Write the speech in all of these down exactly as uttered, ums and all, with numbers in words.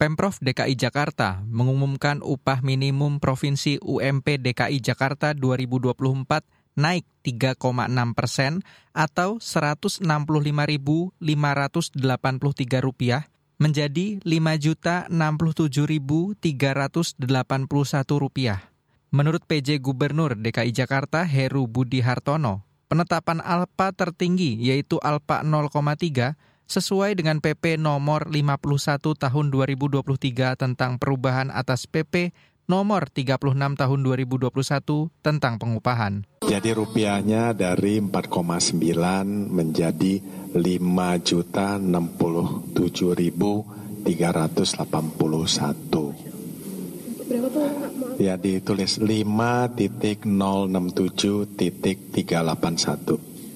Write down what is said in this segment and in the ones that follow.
Pemprov D K I Jakarta mengumumkan upah minimum Provinsi U M P D K I Jakarta dua ribu dua puluh empat naik tiga koma enam persen atau seratus enam puluh lima ribu lima ratus delapan puluh tiga rupiah menjadi lima juta enam puluh tujuh ribu tiga ratus delapan puluh satu rupiah. Menurut P J Gubernur D K I Jakarta Heru Budi Hartono, penetapan Alpa tertinggi yaitu Alpa nol koma tiga sesuai dengan P P nomor lima puluh satu tahun dua ribu dua puluh tiga tentang perubahan atas P P nomor tiga puluh enam tahun dua ribu dua puluh satu tentang pengupahan. Jadi rupiahnya dari empat koma sembilan menjadi lima juta enam puluh tujuh ribu tiga ratus delapan puluh satu. Berapa tuh? Ya ditulis lima nol enam tujuh tiga delapan satu.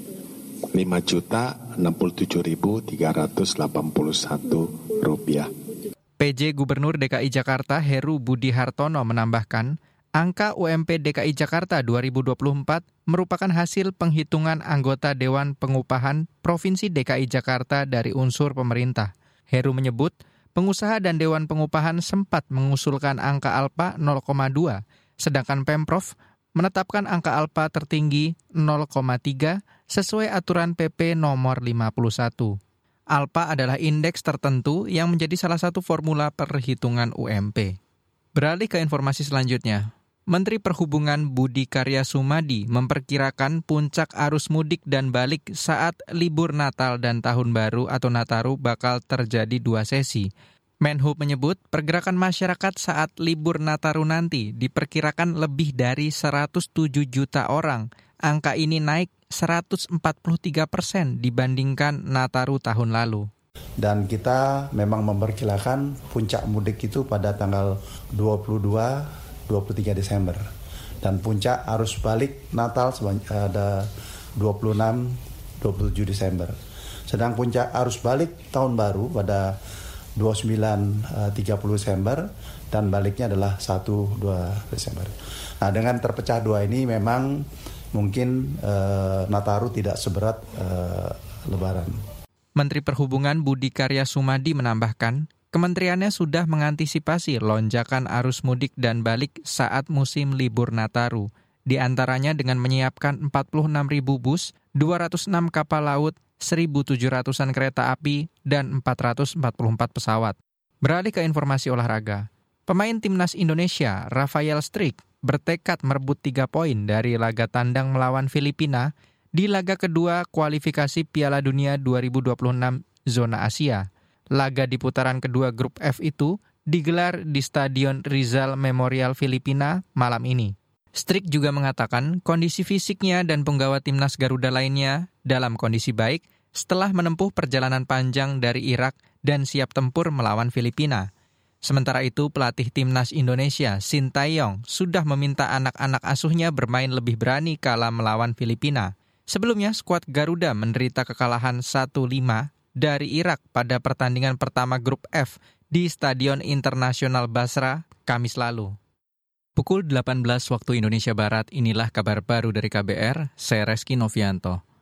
lima juta enam puluh tujuh ribu tiga ratus delapan puluh satu rupiah. P J Gubernur D K I Jakarta Heru Budi Hartono menambahkan, angka U M P D K I Jakarta dua ribu dua puluh empat merupakan hasil penghitungan anggota Dewan Pengupahan Provinsi D K I Jakarta dari unsur pemerintah. Heru menyebut, pengusaha dan Dewan Pengupahan sempat mengusulkan angka Alpa nol koma dua, sedangkan Pemprov menetapkan angka Alpa tertinggi nol koma tiga sesuai aturan P P nomor lima puluh satu. Alpa adalah indeks tertentu yang menjadi salah satu formula perhitungan U M P. Beralih ke informasi selanjutnya. Menteri Perhubungan Budi Karya Sumadi memperkirakan puncak arus mudik dan balik saat libur Natal dan Tahun Baru atau Nataru bakal terjadi dua sesi. Menhub menyebut pergerakan masyarakat saat libur Nataru nanti diperkirakan lebih dari seratus tujuh juta orang. Angka ini naik seratus empat puluh tiga persen dibandingkan Nataru tahun lalu. Dan kita memang memperkirakan puncak mudik itu pada tanggal dua puluh dua sampai dua puluh tiga Desember. Dan puncak arus balik Natal ada dua puluh enam sampai dua puluh tujuh Desember. Sedang puncak arus balik Tahun Baru pada dua puluh sembilan sampai tiga puluh Desember dan baliknya adalah satu sampai dua Desember. Nah, dengan terpecah dua ini memang mungkin uh, Nataru tidak seberat uh, Lebaran. Menteri Perhubungan Budi Karya Sumadi menambahkan, kementeriannya sudah mengantisipasi lonjakan arus mudik dan balik saat musim libur Nataru, di antaranya dengan menyiapkan empat puluh enam ribu bus, dua ratus enam kapal laut, seribu tujuh ratusan kereta api, dan empat ratus empat puluh empat pesawat. Beralih ke informasi olahraga. Pemain timnas Indonesia, Rafael Struijk, bertekad merebut tiga poin dari laga tandang melawan Filipina di laga kedua kualifikasi Piala Dunia dua ribu dua puluh enam zona Asia. Laga di putaran kedua grup F itu digelar di Stadion Rizal Memorial Filipina malam ini. Struijk juga mengatakan kondisi fisiknya dan penggawa timnas Garuda lainnya dalam kondisi baik setelah menempuh perjalanan panjang dari Irak dan siap tempur melawan Filipina. Sementara itu, pelatih timnas Indonesia, Sintayong, sudah meminta anak-anak asuhnya bermain lebih berani kala melawan Filipina. Sebelumnya, skuad Garuda menderita kekalahan satu lima dari Irak pada pertandingan pertama grup F di Stadion Internasional Basra, Kamis lalu. Pukul delapan belas waktu Indonesia Barat, inilah kabar baru dari K B R, saya Reski Novianto.